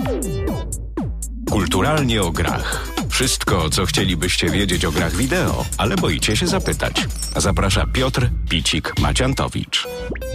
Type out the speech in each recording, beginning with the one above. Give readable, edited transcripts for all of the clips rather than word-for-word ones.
Kulturalnie o grach. Wszystko, co chcielibyście wiedzieć o grach wideo, ale boicie się zapytać. Zaprasza Piotr Picik-Maciantowicz.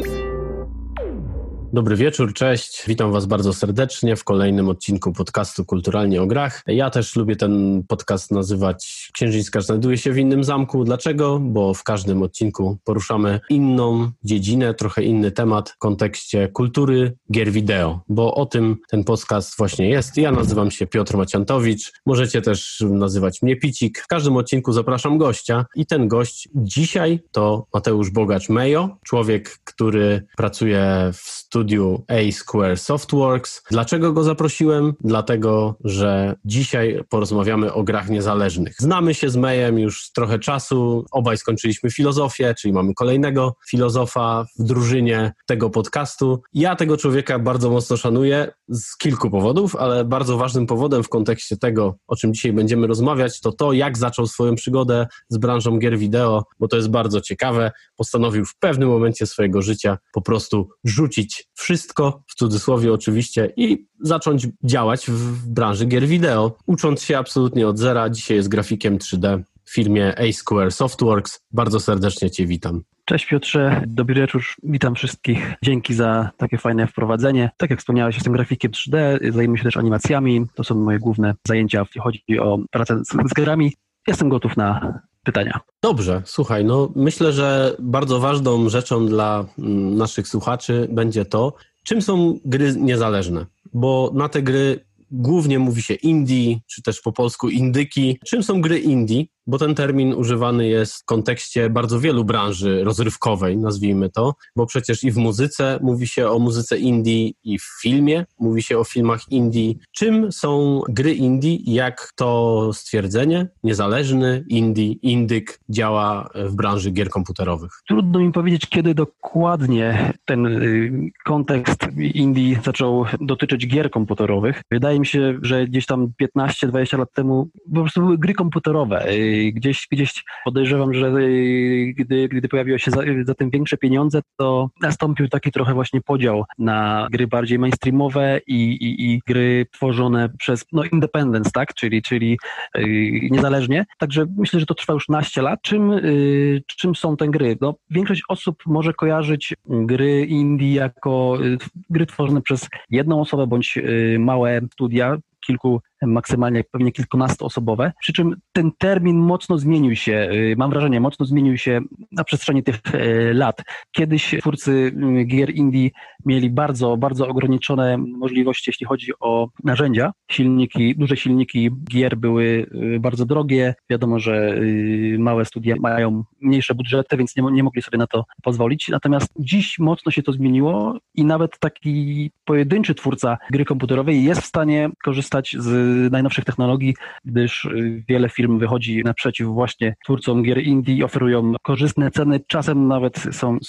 Dobry wieczór, cześć. Witam Was bardzo serdecznie w kolejnym odcinku podcastu Kulturalnie o grach. Ja też lubię ten podcast nazywać Księżyska znajduje się w innym zamku. Dlaczego? Bo w każdym odcinku poruszamy inną dziedzinę, trochę inny temat w kontekście kultury gier wideo, bo o tym ten podcast właśnie jest. Ja nazywam się Piotr Maciantowicz, możecie też nazywać mnie Picik. W każdym odcinku zapraszam gościa i ten gość dzisiaj to Mateusz Bogacz-Mejo, człowiek, który pracuje w studiu A-Square Softworks. Dlaczego go zaprosiłem? Dlatego, że dzisiaj porozmawiamy o grach niezależnych. Znamy się z Mejem już trochę czasu, obaj skończyliśmy filozofię, czyli mamy kolejnego filozofa w drużynie tego podcastu. Ja tego człowieka bardzo mocno szanuję z kilku powodów, ale bardzo ważnym powodem w kontekście tego, o czym dzisiaj będziemy rozmawiać, to to, jak zaczął swoją przygodę z branżą gier wideo, bo to jest bardzo ciekawe. Postanowił w pewnym momencie swojego życia po prostu rzucić wszystko, w cudzysłowie oczywiście, i zacząć działać w branży gier wideo, ucząc się absolutnie od zera. Dzisiaj jest grafikiem 3D w firmie A-Square Softworks. Bardzo serdecznie Cię witam. Cześć Piotrze, dobry wieczór, witam wszystkich. Dzięki za takie fajne wprowadzenie. Tak jak wspomniałeś, jestem grafikiem 3D, zajmuję się też animacjami. To są moje główne zajęcia, jeśli chodzi o pracę z grami. Jestem gotów na pytania. Dobrze, słuchaj, myślę, że bardzo ważną rzeczą dla naszych słuchaczy będzie to, czym są gry niezależne, bo na te gry głównie mówi się indie, czy też po polsku indyki. Czym są gry indie? Bo ten termin używany jest w kontekście bardzo wielu branży rozrywkowej, nazwijmy to, bo przecież i w muzyce mówi się o muzyce indie, i w filmie mówi się o filmach indie. Czym są gry indie i jak to stwierdzenie niezależny, indie, indyk działa w branży gier komputerowych? Trudno mi powiedzieć, kiedy dokładnie ten kontekst indie zaczął dotyczyć gier komputerowych. Wydaje mi się, że gdzieś tam 15-20 lat temu po prostu były gry komputerowe. Gdzieś podejrzewam, że gdy pojawiły się za tym większe pieniądze, to nastąpił taki trochę właśnie podział na gry bardziej mainstreamowe i gry tworzone przez independence, tak? Czyli niezależnie. Także myślę, że to trwa już naście lat. Czym są te gry? Większość osób może kojarzyć gry indie jako gry tworzone przez jedną osobę bądź małe studia, maksymalnie pewnie kilkunastoosobowe, przy czym ten termin mocno zmienił się, mam wrażenie, na przestrzeni tych lat. Kiedyś twórcy gier indie mieli bardzo, bardzo ograniczone możliwości, jeśli chodzi o narzędzia. Duże silniki gier były bardzo drogie. Wiadomo, że małe studia mają mniejsze budżety, więc nie mogli sobie na to pozwolić. Natomiast dziś mocno się to zmieniło i nawet taki pojedynczy twórca gry komputerowej jest w stanie korzystać z najnowszych technologii, gdyż wiele firm wychodzi naprzeciw właśnie twórcom gier indie i oferują korzystne ceny. Czasem nawet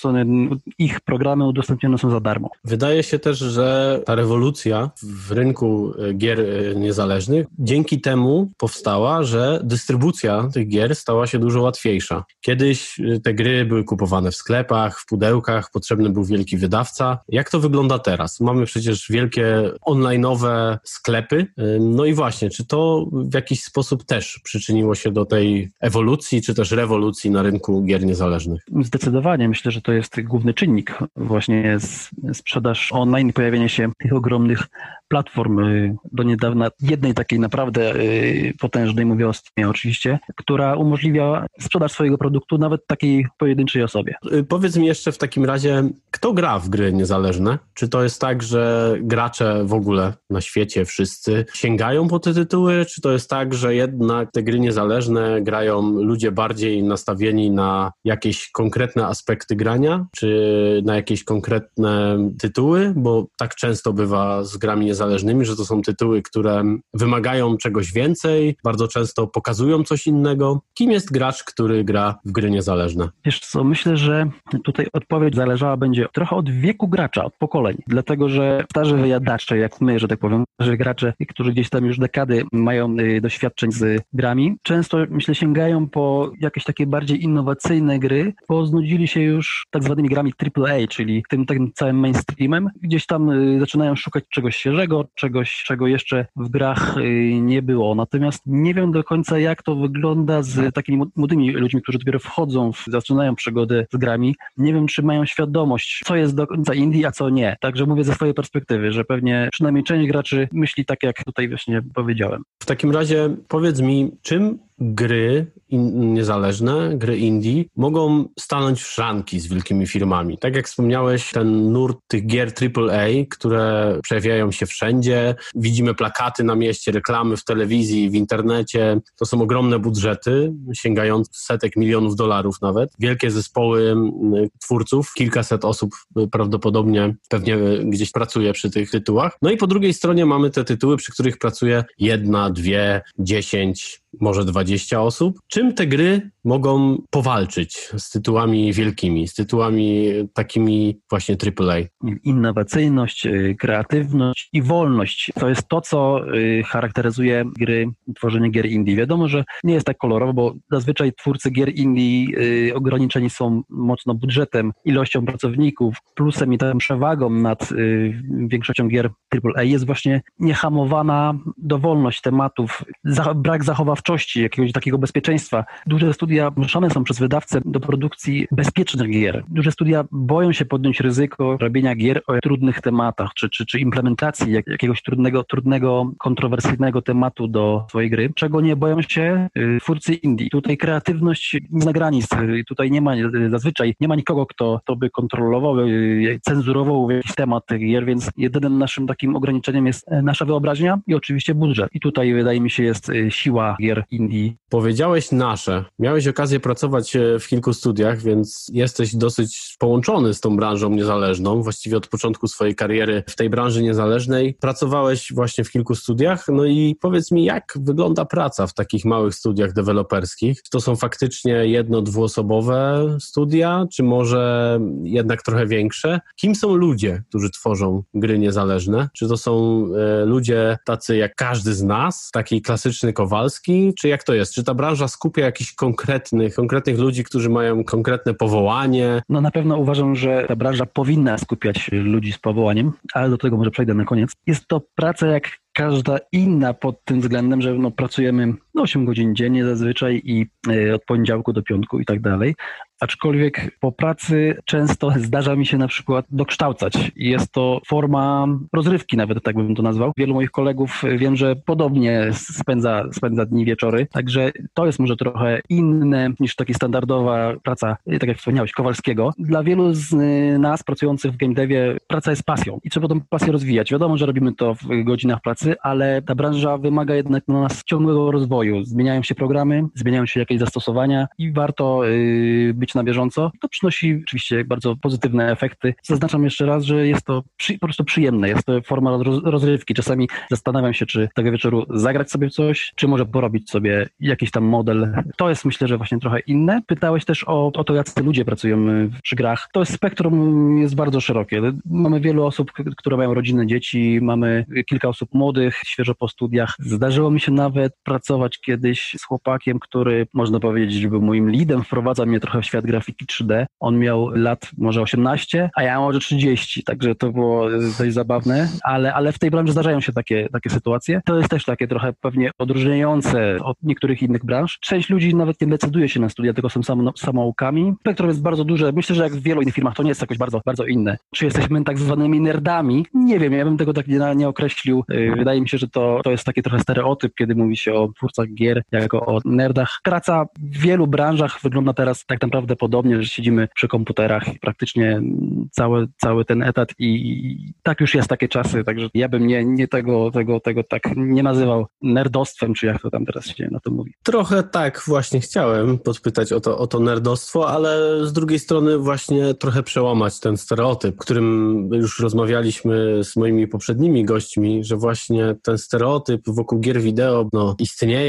ich programy udostępnione są za darmo. Wydaje się też, że ta rewolucja w rynku gier niezależnych dzięki temu powstała, że dystrybucja tych gier stała się dużo łatwiejsza. Kiedyś te gry były kupowane w sklepach, w pudełkach, potrzebny był wielki wydawca. Jak to wygląda teraz? Mamy przecież wielkie online'owe sklepy. No i właśnie, czy to w jakiś sposób też przyczyniło się do tej ewolucji, czy też rewolucji na rynku gier niezależnych? Zdecydowanie. Myślę, że to jest główny czynnik. Właśnie sprzedaż online, pojawienie się tych ogromnych platform, do niedawna jednej takiej naprawdę potężnej, mówię o Steamie oczywiście, która umożliwia sprzedaż swojego produktu nawet takiej pojedynczej osobie. Powiedz mi jeszcze w takim razie, kto gra w gry niezależne? Czy to jest tak, że gracze w ogóle na świecie wszyscy sięgają po te tytuły, czy to jest tak, że jednak te gry niezależne grają ludzie bardziej nastawieni na jakieś konkretne aspekty grania, czy na jakieś konkretne tytuły, bo tak często bywa z grami niezależnymi, że to są tytuły, które wymagają czegoś więcej, bardzo często pokazują coś innego. Kim jest gracz, który gra w gry niezależne? Wiesz co, myślę, że tutaj odpowiedź zależała będzie trochę od wieku gracza, od pokoleń, dlatego że starzy wyjadacze, jak my, że tak powiem, że gracze, którzy gdzieś tam już dekady mają doświadczeń z grami, często, myślę, sięgają po jakieś takie bardziej innowacyjne gry, bo znudzili się już tak zwanymi grami AAA, czyli tym całym mainstreamem, gdzieś tam zaczynają szukać czegoś świeżego, świeżego, czegoś, czego jeszcze w grach nie było. Natomiast nie wiem do końca, jak to wygląda z takimi młodymi ludźmi, którzy dopiero wchodzą, zaczynają przygodę z grami. Nie wiem, czy mają świadomość, co jest do końca indie, a co nie. Także mówię ze swojej perspektywy, że pewnie przynajmniej część graczy myśli tak, jak tutaj właśnie powiedziałem. W takim razie powiedz mi, czym gry niezależne, gry indie mogą stanąć w szranki z wielkimi firmami. Tak jak wspomniałeś, ten nurt tych gier AAA, które przejawiają się wszędzie, widzimy plakaty na mieście, reklamy w telewizji, w internecie, to są ogromne budżety, sięgające setek milionów dolarów nawet, wielkie zespoły twórców, kilkaset osób prawdopodobnie pewnie gdzieś pracuje przy tych tytułach. No i po drugiej stronie mamy te tytuły, przy których pracuje 1, 2, 10, może 20 osób. Czym te gry mogą powalczyć z tytułami wielkimi, z tytułami takimi właśnie AAA? Innowacyjność, kreatywność i wolność. To jest to, co charakteryzuje gry, tworzenie gier indie. Wiadomo, że nie jest tak kolorowo, bo zazwyczaj twórcy gier indie ograniczeni są mocno budżetem, ilością pracowników, plusem i tą przewagą nad większością gier AAA jest właśnie niehamowana dowolność tematów, brak zachowawczości, jakiegoś takiego bezpieczeństwa. Duże studia zmuszane są przez wydawcę do produkcji bezpiecznych gier. Duże studia boją się podjąć ryzyko robienia gier o trudnych tematach, czy implementacji jakiegoś trudnego, kontrowersyjnego tematu do swojej gry, czego nie boją się twórcy indie. Tutaj kreatywność nie zna granic. Tutaj zazwyczaj nie ma nikogo, kto by kontrolował, cenzurował jakiś temat tych gier, więc jedynym naszym takim ograniczeniem jest nasza wyobraźnia i oczywiście budżet. I tutaj wydaje mi się jest siła gier indie. Powiedziałeś nasze. Miałeś okazję pracować w kilku studiach, więc jesteś dosyć połączony z tą branżą niezależną. Właściwie od początku swojej kariery w tej branży niezależnej pracowałeś właśnie w kilku studiach. No i powiedz mi, jak wygląda praca w takich małych studiach deweloperskich? Czy to są faktycznie 1-2-osobowe studia, czy może jednak trochę większe? Kim są ludzie, którzy tworzą gry niezależne? Czy to są ludzie tacy jak każdy z nas, taki klasyczny Kowalski, czy jak to jest? Czy ta branża skupia jakichś konkretnych ludzi, którzy mają konkretne powołanie? No na pewno uważam, że ta branża powinna skupiać ludzi z powołaniem, ale do tego może przejdę na koniec. Jest to praca jak każda inna pod tym względem, że pracujemy 8 godzin dziennie zazwyczaj i od poniedziałku do piątku i tak dalej. Aczkolwiek po pracy często zdarza mi się na przykład dokształcać. Jest to forma rozrywki nawet, tak bym to nazwał. Wielu moich kolegów wiem, że podobnie spędza dni, wieczory. Także to jest może trochę inne niż taka standardowa praca, tak jak wspomniałeś, Kowalskiego. Dla wielu z nas pracujących w game devie praca jest pasją i trzeba tę pasję rozwijać. Wiadomo, że robimy to w godzinach pracy, ale ta branża wymaga jednak na nas ciągłego rozwoju. Zmieniają się programy, zmieniają się jakieś zastosowania i warto być na bieżąco. To przynosi oczywiście bardzo pozytywne efekty. Zaznaczam jeszcze raz, że jest to po prostu przyjemne. Jest to forma rozrywki. Czasami zastanawiam się, czy tego wieczoru zagrać sobie coś, czy może porobić sobie jakiś tam model. To jest, myślę, że właśnie trochę inne. Pytałeś też o to, jacy ludzie pracują przy grach. To jest spektrum jest bardzo szerokie. Mamy wielu osób, które mają rodziny, dzieci, mamy kilka osób młodych, świeżo po studiach. Zdarzyło mi się nawet pracować kiedyś z chłopakiem, który, można powiedzieć, że był moim leadem, wprowadza mnie trochę w świat grafiki 3D. On miał lat może 18, a ja może 30, także to było dość zabawne, ale w tej branży zdarzają się takie sytuacje. To jest też takie trochę pewnie odróżniające od niektórych innych branż. Część ludzi nawet nie decyduje się na studia, tylko są samoukami. Spektrum jest bardzo duże. Myślę, że jak w wielu innych firmach to nie jest jakoś bardzo, bardzo inne. Czy jesteśmy tak zwanymi nerdami? Nie wiem, ja bym tego tak nie określił. Wydaje mi się, że to jest taki trochę stereotyp, kiedy mówi się o twórcach gier jako o nerdach. Praca w wielu branżach wygląda teraz tak naprawdę podobnie, że siedzimy przy komputerach i praktycznie cały ten etat i tak już jest takie czasy, także ja bym nie tego tak nie nazywał nerdostwem, czy jak to tam teraz się na to mówi. Trochę tak właśnie chciałem podpytać o to nerdostwo, ale z drugiej strony właśnie trochę przełamać ten stereotyp, którym już rozmawialiśmy z moimi poprzednimi gośćmi, że właśnie ten stereotyp wokół gier wideo istnieje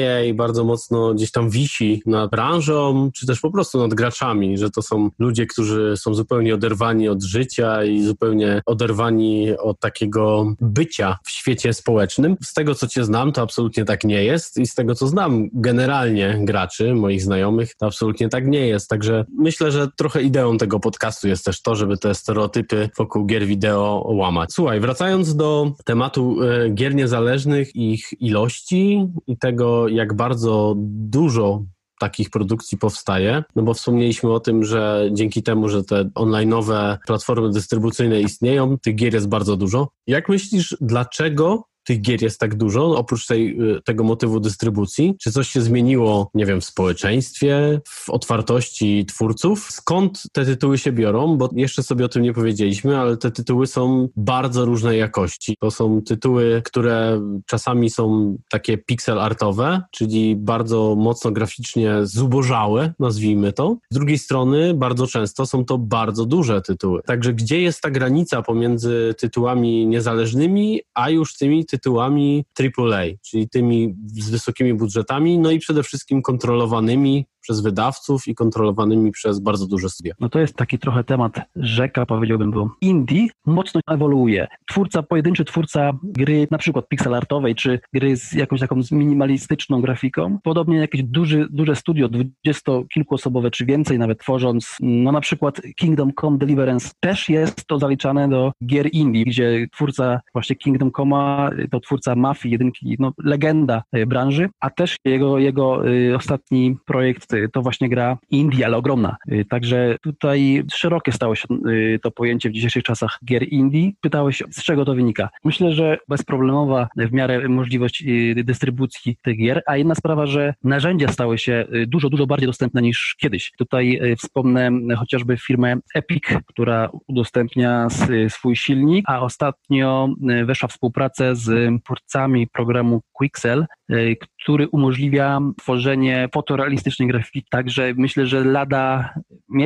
istnieje i bardzo mocno gdzieś tam wisi nad branżą, czy też po prostu nad graczami, że to są ludzie, którzy są zupełnie oderwani od życia i zupełnie oderwani od takiego bycia w świecie społecznym. Z tego, co cię znam, to absolutnie tak nie jest i z tego, co znam generalnie graczy, moich znajomych, to absolutnie tak nie jest. Także myślę, że trochę ideą tego podcastu jest też to, żeby te stereotypy wokół gier wideo łamać. Słuchaj, wracając do tematu gier niezależnych, ich ilości i tego, jak bardzo dużo takich produkcji powstaje, no bo wspomnieliśmy o tym, że dzięki temu, że te online'owe platformy dystrybucyjne istnieją, tych gier jest bardzo dużo. Jak myślisz, dlaczego tych gier jest tak dużo, oprócz tego motywu dystrybucji? Czy coś się zmieniło, nie wiem, w społeczeństwie, w otwartości twórców? Skąd te tytuły się biorą? Bo jeszcze sobie o tym nie powiedzieliśmy, ale te tytuły są bardzo różnej jakości. To są tytuły, które czasami są takie pixel artowe, czyli bardzo mocno graficznie zubożałe, nazwijmy to. Z drugiej strony bardzo często są to bardzo duże tytuły. Także gdzie jest ta granica pomiędzy tytułami niezależnymi, a już tymi tytułami AAA, czyli tymi z wysokimi budżetami, no i przede wszystkim kontrolowanymi przez wydawców i kontrolowanymi przez bardzo duże studia. No to jest taki trochę temat rzeka, powiedziałbym, bo indie mocno ewoluuje. Pojedynczy twórca gry na przykład pixelartowej, czy gry z jakąś taką minimalistyczną grafiką, podobnie jakieś duże studio, 20-kilkuosobowe czy więcej nawet tworząc, no na przykład Kingdom Come Deliverance też jest to zaliczane do gier indie, gdzie twórca właśnie Kingdom Come'a to twórca Mafii 1, no legenda branży, a też jego ostatni projekt to właśnie gra indie, ale ogromna. Także tutaj szerokie stało się to pojęcie w dzisiejszych czasach gier indie. Pytałeś, z czego to wynika? Myślę, że bezproblemowa w miarę możliwość dystrybucji tych gier, a jedna sprawa, że narzędzia stały się dużo bardziej dostępne niż kiedyś. Tutaj wspomnę chociażby firmę Epic, która udostępnia swój silnik, a ostatnio weszła w współpracę z twórcami programu Quixel, który umożliwia tworzenie fotorealistycznej grafiki. Także myślę, że lada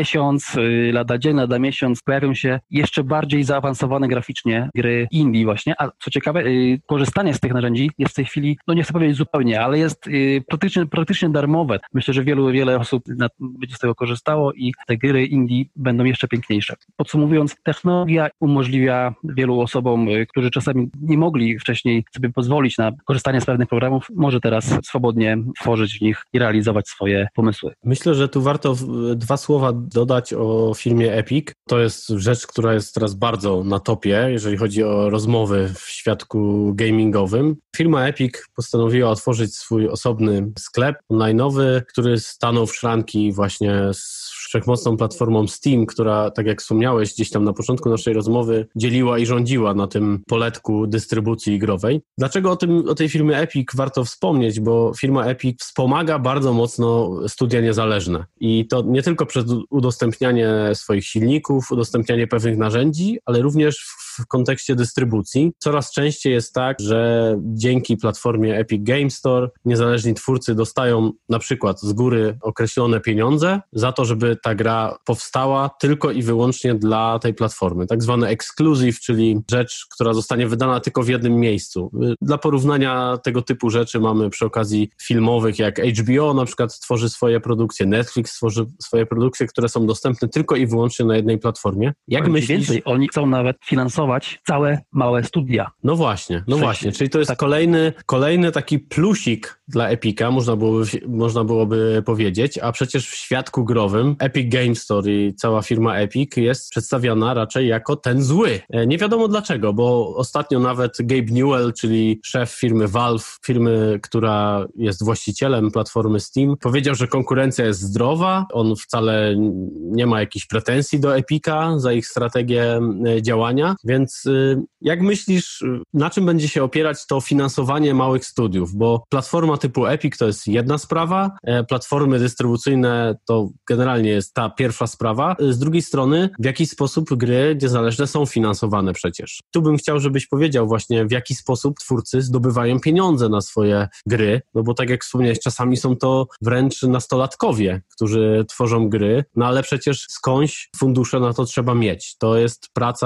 dzień, lada miesiąc pojawią się jeszcze bardziej zaawansowane graficznie gry indie właśnie. A co ciekawe, korzystanie z tych narzędzi jest w tej chwili, no nie chcę powiedzieć zupełnie, ale jest praktycznie darmowe. Myślę, że wiele osób będzie z tego korzystało i te gry indie będą jeszcze piękniejsze. Podsumowując, technologia umożliwia wielu osobom, którzy czasami nie mogli wcześniej sobie pozwolić na korzystanie z pewnych programów, może teraz swobodnie tworzyć w nich i realizować swoje pomysły. Myślę, że tu warto dwa słowa dodać o firmie Epic. To jest rzecz, która jest teraz bardzo na topie, jeżeli chodzi o rozmowy w świadku gamingowym. Firma Epic postanowiła otworzyć swój osobny sklep online'owy, który stanął w szranki właśnie z wszechmocną platformą Steam, która, tak jak wspomniałeś gdzieś tam na początku naszej rozmowy, dzieliła i rządziła na tym poletku dystrybucji growej. Dlaczego o tej firmie Epic warto wspomnieć? Bo firma Epic wspomaga bardzo mocno studia niezależne. I to nie tylko przez udostępnianie swoich silników, udostępnianie pewnych narzędzi, ale również w kontekście dystrybucji. Coraz częściej jest tak, że dzięki platformie Epic Game Store niezależni twórcy dostają na przykład z góry określone pieniądze za to, żeby ta gra powstała tylko i wyłącznie dla tej platformy. Tak zwany exclusive, czyli rzecz, która zostanie wydana tylko w jednym miejscu. Dla porównania tego typu rzeczy mamy przy okazji filmowych, jak HBO na przykład tworzy swoje produkcje, Netflix tworzy swoje produkcje, które są dostępne tylko i wyłącznie na jednej platformie. Jak myślisz? Więcej, oni chcą nawet finansować całe małe studia. No właśnie, czyli to jest kolejny taki plusik dla Epica, można byłoby powiedzieć, a przecież w świadku growym Epic Game Store i cała firma Epic jest przedstawiana raczej jako ten zły. Nie wiadomo dlaczego, bo ostatnio nawet Gabe Newell, czyli szef firmy Valve, firmy, która jest właścicielem platformy Steam, powiedział, że konkurencja jest zdrowa, on wcale nie ma jakichś pretensji do Epica za ich strategię działania, więc jak myślisz, na czym będzie się opierać to finansowanie małych studiów? Bo platforma typu Epic to jest jedna sprawa, platformy dystrybucyjne to generalnie jest ta pierwsza sprawa. Z drugiej strony, w jaki sposób gry niezależne są finansowane przecież? Tu bym chciał, żebyś powiedział właśnie, w jaki sposób twórcy zdobywają pieniądze na swoje gry, no bo tak jak wspomniałeś, czasami są to wręcz nastolatkowie, którzy tworzą gry, no ale przecież skądś fundusze na to trzeba mieć. To jest praca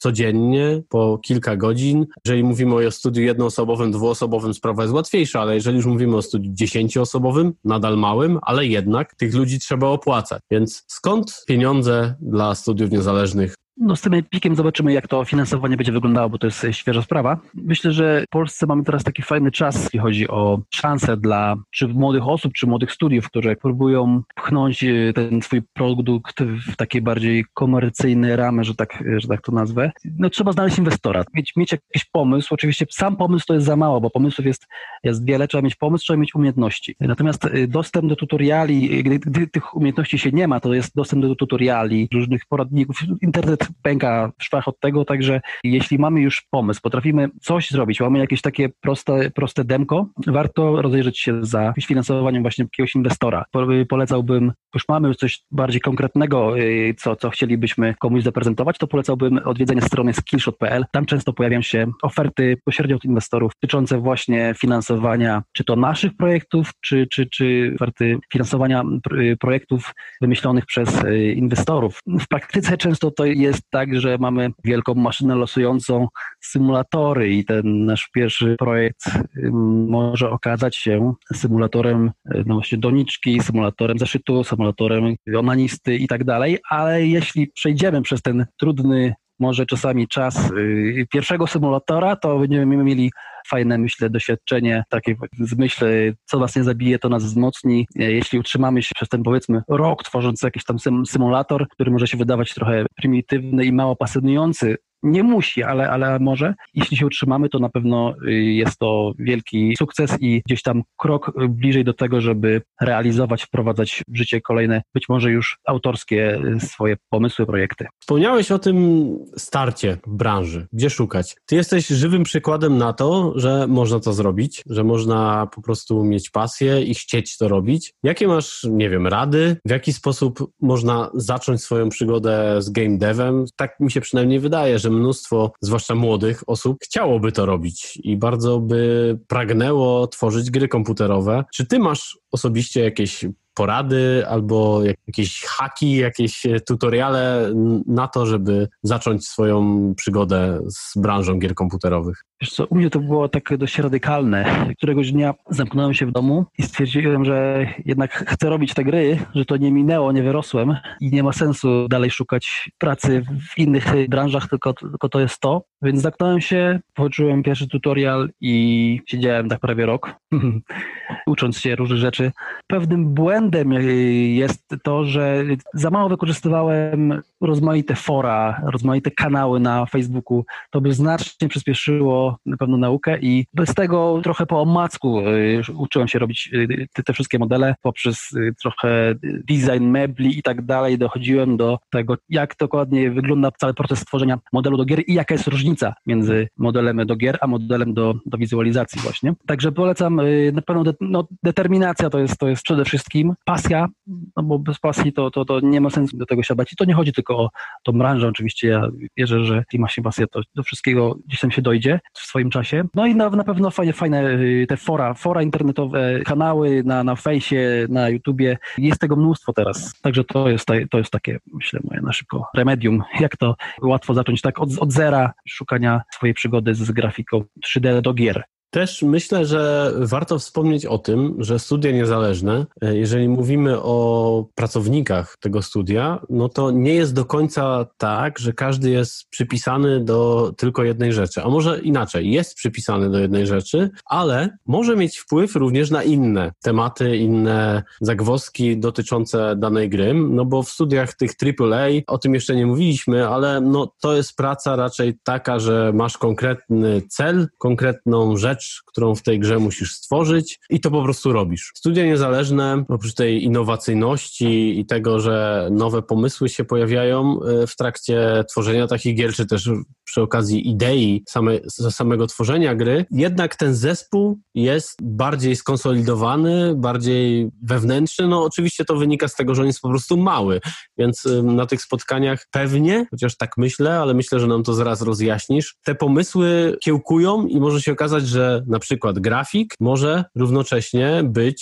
codziennie, po kilka godzin. Jeżeli mówimy o studiu jednoosobowym, dwuosobowym, sprawa jest łatwiejsza, ale jeżeli już mówimy o studiu 10-osobowym, nadal małym, ale jednak tych ludzi trzeba opłacać. Więc skąd pieniądze dla studiów niezależnych? No z tym Epikiem zobaczymy, jak to finansowanie będzie wyglądało, bo to jest świeża sprawa. Myślę, że w Polsce mamy teraz taki fajny czas, jeśli chodzi o szanse dla czy młodych osób, czy młodych studiów, które próbują pchnąć ten swój produkt w takie bardziej komercyjne ramy, że tak to nazwę. No trzeba znaleźć inwestora, mieć jakiś pomysł. Oczywiście sam pomysł to jest za mało, bo pomysłów jest wiele, trzeba mieć pomysł, trzeba mieć umiejętności. Natomiast dostęp do tutoriali, gdy tych umiejętności się nie ma, to jest dostęp do tutoriali, różnych poradników, internet pęka w szwach od tego, także jeśli mamy już pomysł, potrafimy coś zrobić, mamy jakieś takie proste demko, warto rozejrzeć się za finansowaniem właśnie jakiegoś inwestora. Polecałbym, już mamy już coś bardziej konkretnego, co chcielibyśmy komuś zaprezentować, to polecałbym odwiedzenie strony skillshot.pl. Tam często pojawiają się oferty pośrednio od inwestorów dotyczące właśnie finansowania, czy to naszych projektów, czy oferty finansowania projektów wymyślonych przez inwestorów. W praktyce często to jest tak, że mamy wielką maszynę losującą symulatory i ten nasz pierwszy projekt może okazać się symulatorem właśnie doniczki, symulatorem zeszytu, symulatorem onanisty i tak dalej, ale jeśli przejdziemy przez ten trudny może czasami czas pierwszego symulatora, to będziemy mieli fajne, myślę, doświadczenie, takie co nas nie zabije, to nas wzmocni. Jeśli utrzymamy się przez ten, powiedzmy, rok tworząc jakiś tam symulator, który może się wydawać trochę prymitywny i mało pasjonujący, nie musi, ale może. Jeśli się utrzymamy, to na pewno jest to wielki sukces i gdzieś tam krok bliżej do tego, żeby realizować, wprowadzać w życie kolejne, być może już autorskie swoje pomysły, projekty. Wspomniałeś o tym starcie w branży. Gdzie szukać? Ty jesteś żywym przykładem na to, że można to zrobić, że można po prostu mieć pasję i chcieć to robić. Jakie masz, nie wiem, rady? W jaki sposób można zacząć swoją przygodę z game devem? Tak mi się przynajmniej wydaje, że mnóstwo, zwłaszcza młodych osób, chciałoby to robić i bardzo by pragnęło tworzyć gry komputerowe. Czy ty masz osobiście jakieś porady albo jakieś haki, jakieś tutoriale na to, żeby zacząć swoją przygodę z branżą gier komputerowych? Wiesz co, u mnie to było tak dość radykalne. Któregoś dnia zamknąłem się w domu i stwierdziłem, że jednak chcę robić te gry, że to nie minęło, nie wyrosłem i nie ma sensu dalej szukać pracy w innych branżach, tylko to jest to. Więc zamknąłem się, włączyłem pierwszy tutorial i siedziałem tak prawie rok, ucząc się różnych rzeczy. Pewnym błędem jest to, że za mało wykorzystywałem rozmaite fora, rozmaite kanały na Facebooku. To by znacznie przyspieszyło na pewno naukę i bez tego trochę po omacku uczyłem się robić te wszystkie modele poprzez trochę design mebli i tak dalej. Dochodziłem do tego, jak dokładnie wygląda cały proces tworzenia modelu do gier i jaka jest różnica między modelem do gier, a modelem do wizualizacji właśnie. Także polecam na pewno determinacja to jest przede wszystkim pasja, no bo bez pasji to nie ma sensu do tego się bać. I to nie chodzi tylko o tą branżę, oczywiście ja wierzę, że jeśli ma się pasję, to do wszystkiego gdzieś tam się dojdzie w swoim czasie. No i na pewno fajne te fora internetowe, kanały na fejsie, na YouTubie, jest tego mnóstwo teraz. Także to jest takie, myślę, moje na szybko remedium, jak to łatwo zacząć tak od zera szukania swojej przygody z grafiką 3D do gier. Też myślę, że warto wspomnieć o tym, że studia niezależne, jeżeli mówimy o pracownikach tego studia, no to nie jest do końca tak, że każdy jest przypisany do tylko jednej rzeczy. A może inaczej, jest przypisany do jednej rzeczy, ale może mieć wpływ również na inne tematy, inne zagwozdki dotyczące danej gry, no bo w studiach tych AAA, o tym jeszcze nie mówiliśmy, ale no to jest praca raczej taka, że masz konkretny cel, konkretną rzecz, którą w tej grze musisz stworzyć i to po prostu robisz. Studia niezależne, oprócz tej innowacyjności i tego, że nowe pomysły się pojawiają w trakcie tworzenia takich gier, czy też przy okazji idei samego tworzenia gry, jednak ten zespół jest bardziej skonsolidowany, bardziej wewnętrzny. No oczywiście to wynika z tego, że on jest po prostu mały, więc na tych spotkaniach pewnie, chociaż tak myślę, ale myślę, że nam to zaraz rozjaśnisz, te pomysły kiełkują i może się okazać, że na przykład grafik może równocześnie być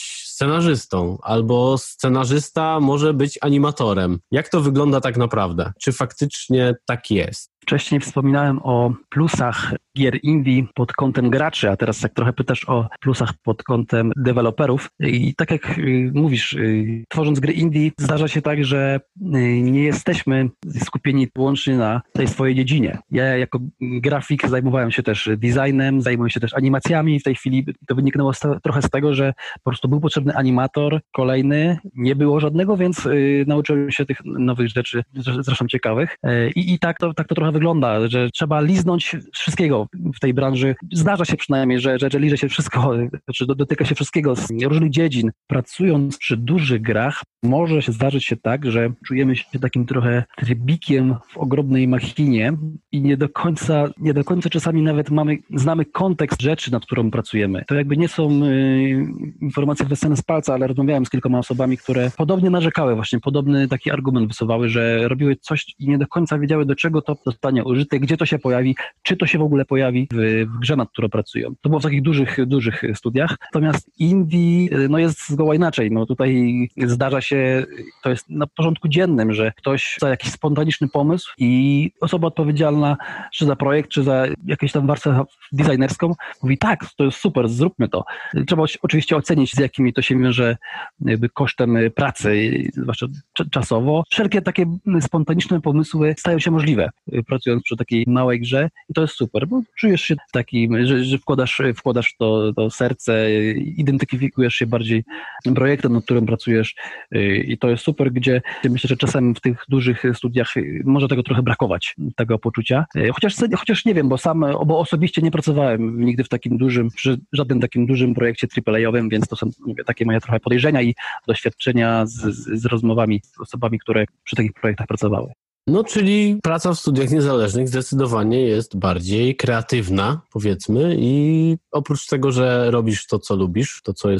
scenarzystą, albo scenarzysta może być animatorem. Jak to wygląda tak naprawdę? Czy faktycznie tak jest? Wcześniej wspominałem o plusach gier indie pod kątem graczy, a teraz jak trochę pytasz o plusach pod kątem deweloperów. I tak jak mówisz, tworząc gry indie zdarza się tak, że nie jesteśmy skupieni wyłącznie na tej swojej dziedzinie. Ja jako grafik zajmowałem się też designem, zajmuję się też animacjami. W tej chwili to wyniknęło trochę z tego, że po prostu był potrzebny animator kolejny, nie było żadnego, więc nauczyłem się tych nowych rzeczy, zresztą ciekawych. I tak to trochę wygląda, że trzeba liznąć wszystkiego w tej branży. Zdarza się przynajmniej, że liże się wszystko, czy dotyka się wszystkiego z różnych dziedzin. Pracując przy dużych grach, może się zdarzyć się tak, że czujemy się takim trochę trybikiem w ogromnej machinie i nie do końca czasami nawet znamy kontekst rzeczy, nad którą pracujemy. To jakby nie są informacje wysane z palca, ale rozmawiałem z kilkoma osobami, które podobnie narzekały, właśnie podobny taki argument wysuwały, że robiły coś i nie do końca wiedziały, do czego to zostanie użyte, gdzie to się pojawi, czy to się w ogóle pojawi w grze, nad którą pracują. To było w takich dużych studiach. Natomiast indie jest zgoła inaczej. Tutaj zdarza się, to jest na porządku dziennym, że ktoś za jakiś spontaniczny pomysł i osoba odpowiedzialna czy za projekt, czy za jakąś tam warstwę designerską mówi tak, to jest super, zróbmy to. Trzeba oczywiście ocenić, z jakimi to się wiąże kosztem pracy, zwłaszcza czasowo. Wszelkie takie spontaniczne pomysły stają się możliwe, pracując przy takiej małej grze i to jest super, bo czujesz się takim, że wkładasz to serce, identyfikujesz się bardziej projektem, nad którym pracujesz i to jest super, gdzie myślę, że czasem w tych dużych studiach może tego trochę brakować, tego poczucia. Chociaż nie wiem, bo osobiście nie pracowałem nigdy w takim przy żadnym takim dużym projekcie AAA-owym, więc to są takie moje trochę podejrzenia i doświadczenia z rozmowami z osobami, które przy takich projektach pracowały. Czyli praca w studiach niezależnych zdecydowanie jest bardziej kreatywna, powiedzmy, i oprócz tego, że robisz to, co lubisz,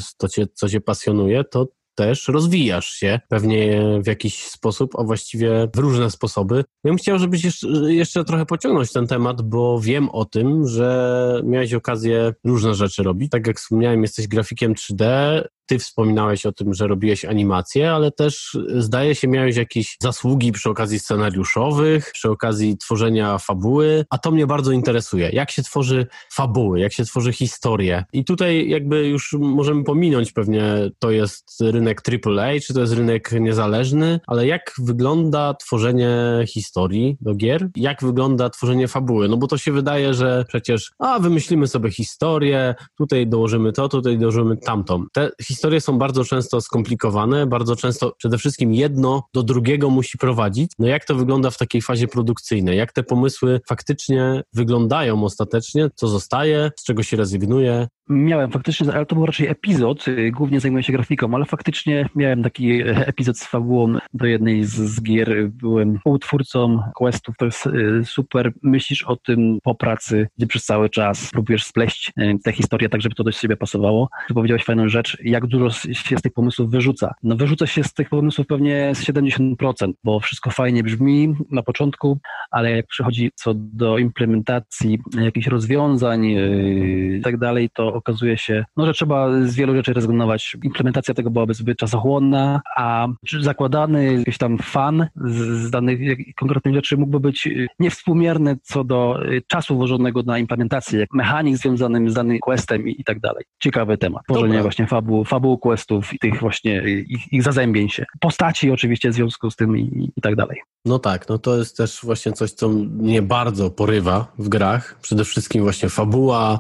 co cię pasjonuje, to też rozwijasz się pewnie w jakiś sposób, a właściwie w różne sposoby. Ja bym chciał, żebyś jeszcze trochę pociągnąć ten temat, bo wiem o tym, że miałeś okazję różne rzeczy robić. Tak jak wspomniałem, jesteś grafikiem 3D, ty wspominałeś o tym, że robiłeś animacje, ale też zdaje się miałeś jakieś zasługi przy okazji scenariuszowych, przy okazji tworzenia fabuły, a to mnie bardzo interesuje. Jak się tworzy fabuły, jak się tworzy historię? I tutaj jakby już możemy pominąć pewnie, to jest rynek AAA, czy to jest rynek niezależny, ale jak wygląda tworzenie historii do gier? Jak wygląda tworzenie fabuły? No bo to się wydaje, że przecież wymyślimy sobie historię, tutaj dołożymy to, tutaj dołożymy tamtą. Te historie są bardzo często skomplikowane, bardzo często przede wszystkim jedno do drugiego musi prowadzić. No jak to wygląda w takiej fazie produkcyjnej? Jak te pomysły faktycznie wyglądają ostatecznie? Co zostaje? Z czego się rezygnuje? Miałem faktycznie, ale to był raczej epizod, głównie zajmuję się grafiką, ale faktycznie miałem taki epizod z fabułą do jednej z gier, byłem współtwórcą questów, to jest super, myślisz o tym po pracy, gdzie przez cały czas próbujesz spleść tę historię tak, żeby to do siebie pasowało. Ty powiedziałeś fajną rzecz, jak dużo się z tych pomysłów wyrzuca. Wyrzuca się z tych pomysłów pewnie z 70%, bo wszystko fajnie brzmi na początku, ale jak przychodzi co do implementacji jakichś rozwiązań i tak dalej, to okazuje się, że trzeba z wielu rzeczy rezygnować. Implementacja tego byłaby zbyt czasochłonna, a zakładany jakiś tam fan z danych konkretnych rzeczy mógłby być niewspółmierny co do czasu włożonego na implementację, jak mechanik związany z danym questem i tak dalej. Ciekawy temat. Tworzenie właśnie fabuł questów i tych właśnie ich zazębień się. Postaci oczywiście w związku z tym i tak dalej. No tak, to jest też właśnie coś, co mnie bardzo porywa w grach. Przede wszystkim właśnie fabuła,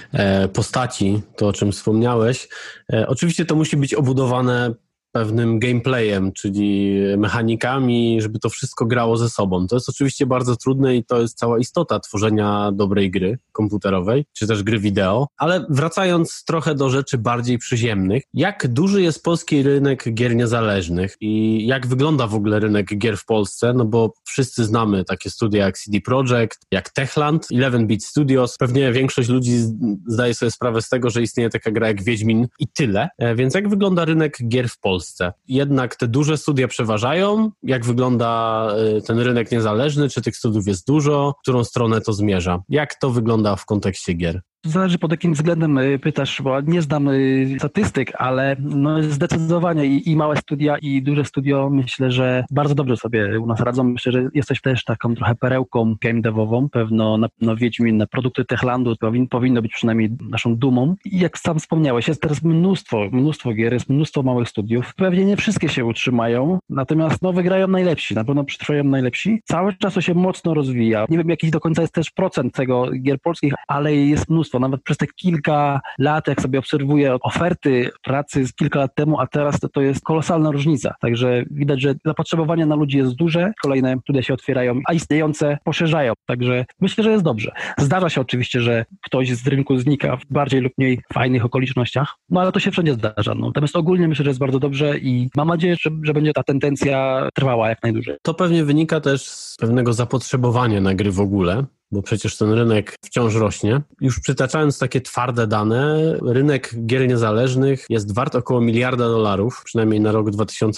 postaci, to o czym wspomniałeś. Oczywiście to musi być obudowane pewnym gameplayem, czyli mechanikami, żeby to wszystko grało ze sobą. To jest oczywiście bardzo trudne i to jest cała istota tworzenia dobrej gry komputerowej, czy też gry wideo. Ale wracając trochę do rzeczy bardziej przyziemnych, jak duży jest polski rynek gier niezależnych i jak wygląda w ogóle rynek gier w Polsce? No bo wszyscy znamy takie studia jak CD Projekt, jak Techland, 11-Bit Studios. Pewnie większość ludzi zdaje sobie sprawę z tego, że istnieje taka gra jak Wiedźmin i tyle. Więc jak wygląda rynek gier w Polsce? Jednak te duże studia przeważają? Jak wygląda ten rynek niezależny? Czy tych studiów jest dużo? W którą stronę to zmierza? Jak to wygląda w kontekście gier? Zależy pod jakim względem pytasz, bo nie znam statystyk, ale no zdecydowanie i małe studia, i duże studio myślę, że bardzo dobrze sobie u nas radzą. Myślę, że jesteś też taką trochę perełką game devową. Pewno Wiedźmin, na produkty Techlandu powinno być przynajmniej naszą dumą. I jak sam wspomniałeś, jest teraz mnóstwo gier, jest mnóstwo małych studiów. Pewnie nie wszystkie się utrzymają, natomiast wygrają najlepsi, na pewno przetrwają najlepsi. Cały czas to się mocno rozwija. Nie wiem, jaki do końca jest też procent tego gier polskich, ale jest mnóstwo. Nawet przez te kilka lat, jak sobie obserwuję oferty pracy z kilka lat temu, a teraz to jest kolosalna różnica. Także widać, że zapotrzebowanie na ludzi jest duże, kolejne studia się otwierają, a istniejące poszerzają. Także myślę, że jest dobrze. Zdarza się oczywiście, że ktoś z rynku znika w bardziej lub mniej fajnych okolicznościach, ale to się wszędzie zdarza. Natomiast ogólnie myślę, że jest bardzo dobrze i mam nadzieję, że będzie ta tendencja trwała jak najdłużej. To pewnie wynika też z pewnego zapotrzebowania na gry w ogóle, bo przecież ten rynek wciąż rośnie. Już przytaczając takie twarde dane, rynek gier niezależnych jest wart około $1 miliarda, przynajmniej na rok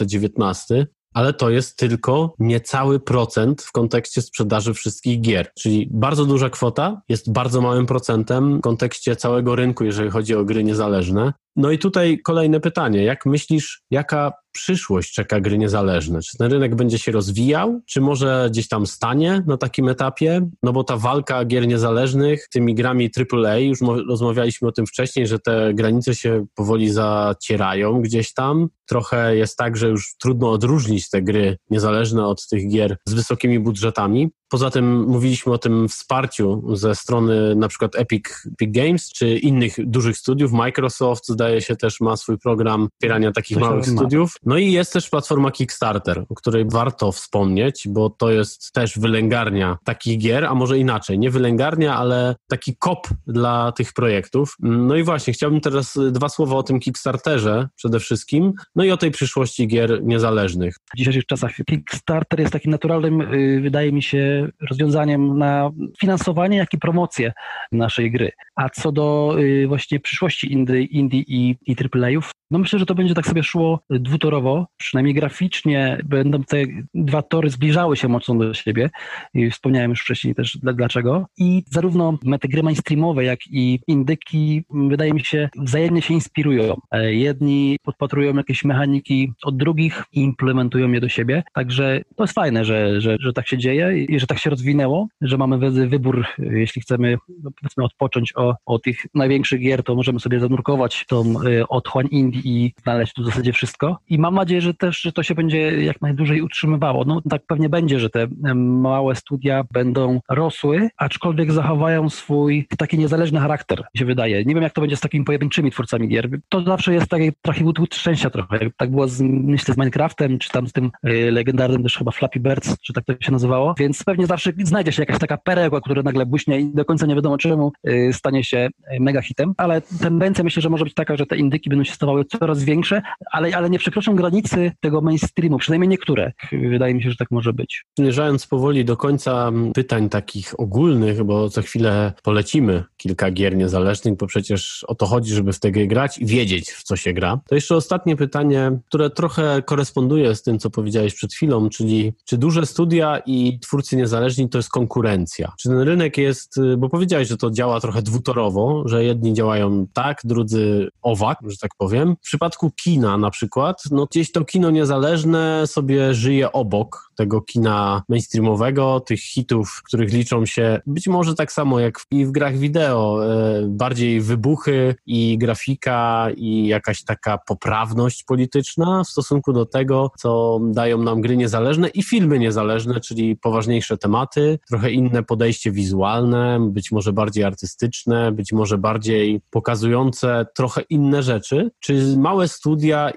2019, ale to jest tylko niecały procent w kontekście sprzedaży wszystkich gier. Czyli bardzo duża kwota jest bardzo małym procentem w kontekście całego rynku, jeżeli chodzi o gry niezależne. No i tutaj kolejne pytanie. Jak myślisz, jaka przyszłość czeka gry niezależne? Czy ten rynek będzie się rozwijał? Czy może gdzieś tam stanie na takim etapie? No bo ta walka gier niezależnych tymi grami AAA, już rozmawialiśmy o tym wcześniej, że te granice się powoli zacierają gdzieś tam. Trochę jest tak, że już trudno odróżnić te gry niezależne od tych gier z wysokimi budżetami. Poza tym mówiliśmy o tym wsparciu ze strony na przykład Epic Games czy innych dużych studiów. Microsoft zdaje się też ma swój program wspierania takich małych studiów. No i jest też platforma Kickstarter, o której warto wspomnieć, bo to jest też wylęgarnia takich gier, a może inaczej, nie wylęgarnia, ale taki kop dla tych projektów. No i właśnie, chciałbym teraz 2 słowa o tym Kickstarterze przede wszystkim, no i o tej przyszłości gier niezależnych. W dzisiejszych czasach Kickstarter jest takim naturalnym, wydaje mi się, rozwiązaniem na finansowanie, jak i promocję naszej gry. A co do właśnie przyszłości indie i AAA-ów, no myślę, że to będzie tak sobie szło dwutorowo, przynajmniej graficznie będą te 2 tory zbliżały się mocno do siebie. I wspomniałem już wcześniej też dlaczego. I zarówno gry mainstreamowe, jak i indyki, wydaje mi się, wzajemnie się inspirują. Jedni podpatrują jakieś mechaniki od drugich i implementują je do siebie. Także to jest fajne, że tak się dzieje i że tak się rozwinęło, że mamy wybór, jeśli chcemy powiedzmy odpocząć od tych największych gier, to możemy sobie zanurkować tą otchłań indie i znaleźć tu w zasadzie wszystko. I mam nadzieję, że to się będzie jak najdłużej utrzymywało. No tak pewnie będzie, że te małe studia będą rosły, aczkolwiek zachowają swój taki niezależny charakter, mi się wydaje. Nie wiem, jak to będzie z takimi pojedynczymi twórcami gier. To zawsze jest taki trochę łód szczęścia trochę. Jak tak było myślę z Minecraftem, czy tam z tym legendarnym też chyba Flappy Birds, czy tak to się nazywało. Więc pewnie zawsze znajdzie się jakaś taka perełka, która nagle błyśnie i do końca nie wiadomo czemu stanie się mega hitem, ale tendencja myślę, że może być taka, że te indyki będą się stawały coraz większe, ale nie przekroczą granicy tego mainstreamu, przynajmniej niektóre. Wydaje mi się, że tak może być. Zmierzając powoli do końca pytań takich ogólnych, bo za chwilę polecimy kilka gier niezależnych, bo przecież o to chodzi, żeby w te gry grać i wiedzieć, w co się gra. To jeszcze ostatnie pytanie, które trochę koresponduje z tym, co powiedziałeś przed chwilą, czyli czy duże studia i twórcy niezależni to jest konkurencja? Czy ten rynek jest, bo powiedziałeś, że to działa trochę dwutorowo, że jedni działają tak, drudzy owak, że tak powiem. W przypadku kina na przykład, no gdzieś to kino niezależne sobie żyje obok tego kina mainstreamowego, tych hitów, których liczą się być może tak samo jak i w grach wideo, bardziej wybuchy i grafika i jakaś taka poprawność polityczna w stosunku do tego, co dają nam gry niezależne i filmy niezależne, czyli poważniejsze tematy, trochę inne podejście wizualne, być może bardziej artystyczne, być może bardziej pokazujące trochę inne rzeczy. Czy małe studia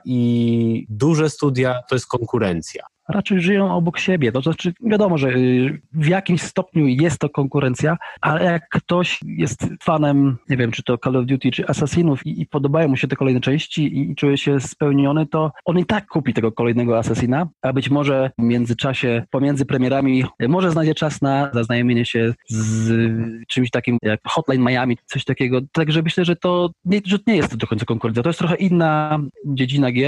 i duże studia to jest konkurencja? Raczej żyją obok siebie. To znaczy wiadomo, że w jakimś stopniu jest to konkurencja, ale jak ktoś jest fanem, nie wiem, czy to Call of Duty, czy Assassinów i podobają mu się te kolejne części i czuje się spełniony, to on i tak kupi tego kolejnego Assassina, a być może w międzyczasie, pomiędzy premierami, może znajdzie czas na zaznajomienie się z czymś takim jak Hotline Miami, coś takiego. Także myślę, że to nie jest do końca konkurencja. To jest trochę inna dziedzina gier,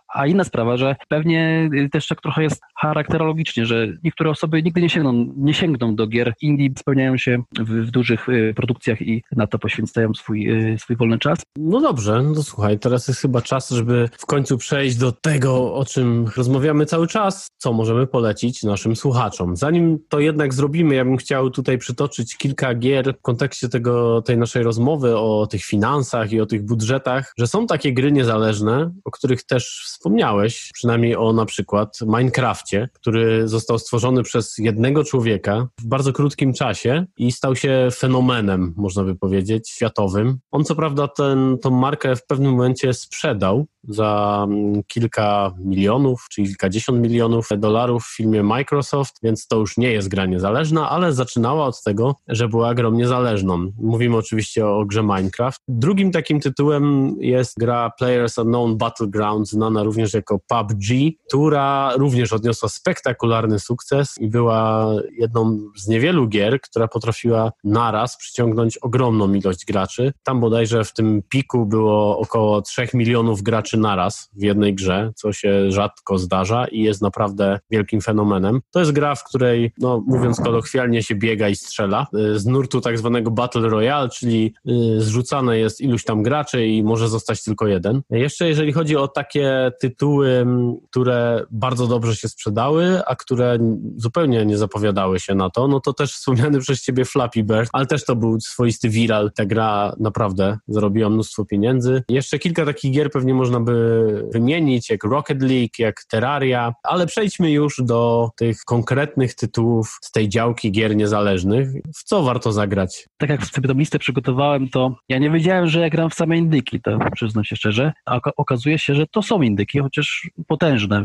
A inna sprawa, że pewnie też tak trochę jest charakterologicznie, że niektóre osoby nigdy nie sięgną do gier indie, spełniają się w dużych produkcjach i na to poświęcają swój wolny czas. No dobrze, no słuchaj, teraz jest chyba czas, żeby w końcu przejść do tego, o czym rozmawiamy cały czas, co możemy polecić naszym słuchaczom. Zanim to jednak zrobimy, ja bym chciał tutaj przytoczyć kilka gier w kontekście tej naszej rozmowy o tych finansach i o tych budżetach, że są takie gry niezależne, o których też wspomniałeś, przynajmniej o na przykład Minecrafcie, który został stworzony przez jednego człowieka w bardzo krótkim czasie i stał się fenomenem, można by powiedzieć, światowym. On co prawda tą markę w pewnym momencie sprzedał za kilka milionów, czy kilkadziesiąt milionów dolarów w firmie Microsoft, więc to już nie jest gra niezależna, ale zaczynała od tego, że była grą niezależną. Mówimy oczywiście o grze Minecraft. Drugim takim tytułem jest gra Players Unknown Battlegrounds, znana również jako PUBG, która również odniosła spektakularny sukces i była jedną z niewielu gier, która potrafiła naraz przyciągnąć ogromną ilość graczy. Tam bodajże w tym piku było około 3 milionów graczy naraz w jednej grze, co się rzadko zdarza i jest naprawdę wielkim fenomenem. To jest gra, w której, no mówiąc kolokwialnie, się biega i strzela. Z nurtu tak zwanego Battle Royale, czyli zrzucane jest iluś tam graczy i może zostać tylko jeden. Jeszcze jeżeli chodzi o takie tytuły, które bardzo dobrze się sprzedały, a które zupełnie nie zapowiadały się na to, no to też wspomniany przez ciebie Flappy Bird, ale też to był swoisty viral. Ta gra naprawdę zarobiła mnóstwo pieniędzy. Jeszcze kilka takich gier pewnie można by wymienić, jak Rocket League, jak Terraria, ale przejdźmy już do tych konkretnych tytułów z tej działki gier niezależnych. W co warto zagrać? Tak jak sobie tę listę przygotowałem, to ja nie wiedziałem, że ja gram w same indyki, to przyznam się szczerze, a okazuje się, że to są indyki, chociaż potężne.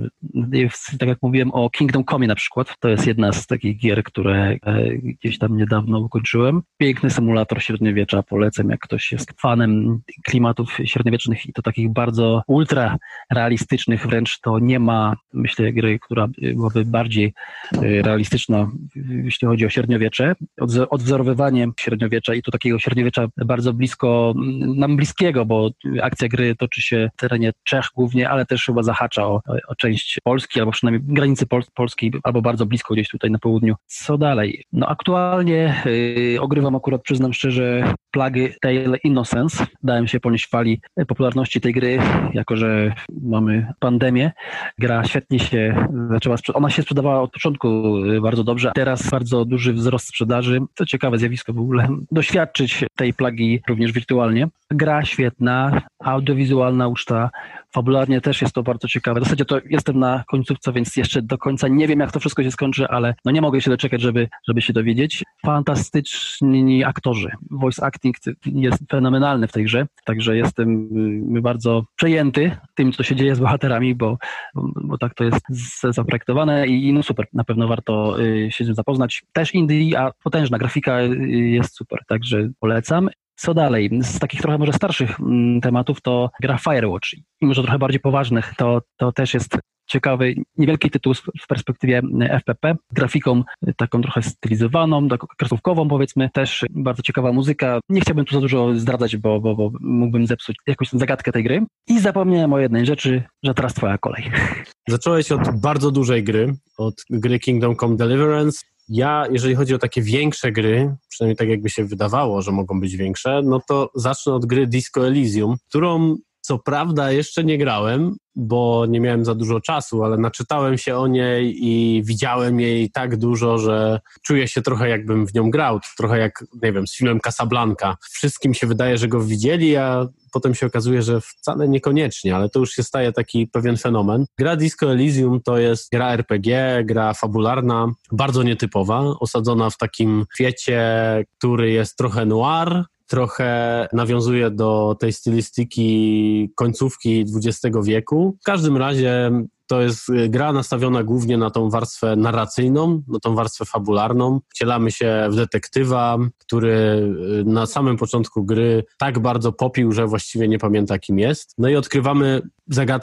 Tak jak mówiłem o Kingdom Come na przykład, to jest jedna z takich gier, które gdzieś tam niedawno ukończyłem. Piękny symulator średniowiecza, polecam, jak ktoś jest fanem klimatów średniowiecznych i to takich bardzo ultra realistycznych wręcz, to nie ma, myślę, gry, która byłaby bardziej realistyczna, jeśli chodzi o średniowiecze. Odwzorowywanie średniowiecza i to takiego średniowiecza bardzo nam bliskiego, bo akcja gry toczy się w terenie Czech głównie, ale też chyba zahacza o część Polski, albo przynajmniej granicy polskiej, albo bardzo blisko gdzieś tutaj na południu. Co dalej? No aktualnie ogrywam akurat, przyznam szczerze, Plague Tale Innocence. Dałem się ponieść fali popularności tej gry, jako że mamy pandemię. Gra świetnie się zaczęła ona się sprzedawała od początku bardzo dobrze, teraz bardzo duży wzrost sprzedaży. To ciekawe zjawisko w ogóle. Doświadczyć tej plagi również wirtualnie. Gra świetna, audiowizualna uczta, fabularnie też jest to bardzo ciekawe. W zasadzie to jestem na końcówce, więc jeszcze do końca nie wiem, jak to wszystko się skończy, ale no nie mogę się doczekać, żeby się dowiedzieć. Fantastyczni aktorzy. Voice acting jest fenomenalny w tej grze, także jestem bardzo przejęty tym, co się dzieje z bohaterami, bo tak to jest zaprojektowane i no super, na pewno warto się z tym zapoznać. Też indie, a potężna grafika jest super, także polecam. Co dalej? Z takich trochę może starszych tematów to gra Firewatch i może trochę bardziej poważnych, to też jest ciekawy, niewielki tytuł w perspektywie FPP, grafiką taką trochę stylizowaną, taką kreskówkową powiedzmy, też bardzo ciekawa muzyka. Nie chciałbym tu za dużo zdradzać, bo mógłbym zepsuć jakąś zagadkę tej gry. I zapomniałem o jednej rzeczy, że teraz twoja kolej. Zacząłeś od bardzo dużej gry, od gry Kingdom Come Deliverance. Ja, jeżeli chodzi o takie większe gry, przynajmniej tak jakby się wydawało, że mogą być większe, no to zacznę od gry Disco Elysium, którą co prawda jeszcze nie grałem, bo nie miałem za dużo czasu, ale naczytałem się o niej i widziałem jej tak dużo, że czuję się trochę jakbym w nią grał, trochę jak, nie wiem, z filmem Casablanca. Wszystkim się wydaje, że go widzieli, a potem się okazuje, że wcale niekoniecznie, ale to już się staje taki pewien fenomen. Gra Disco Elysium to jest gra RPG, gra fabularna, bardzo nietypowa, osadzona w takim świecie, który jest trochę noir, trochę nawiązuje do tej stylistyki końcówki XX wieku. W każdym razie to jest gra nastawiona głównie na tą warstwę narracyjną, na tą warstwę fabularną. Wcielamy się w detektywa, który na samym początku gry tak bardzo popił, że właściwie nie pamięta, kim jest. No i odkrywamy zagadkę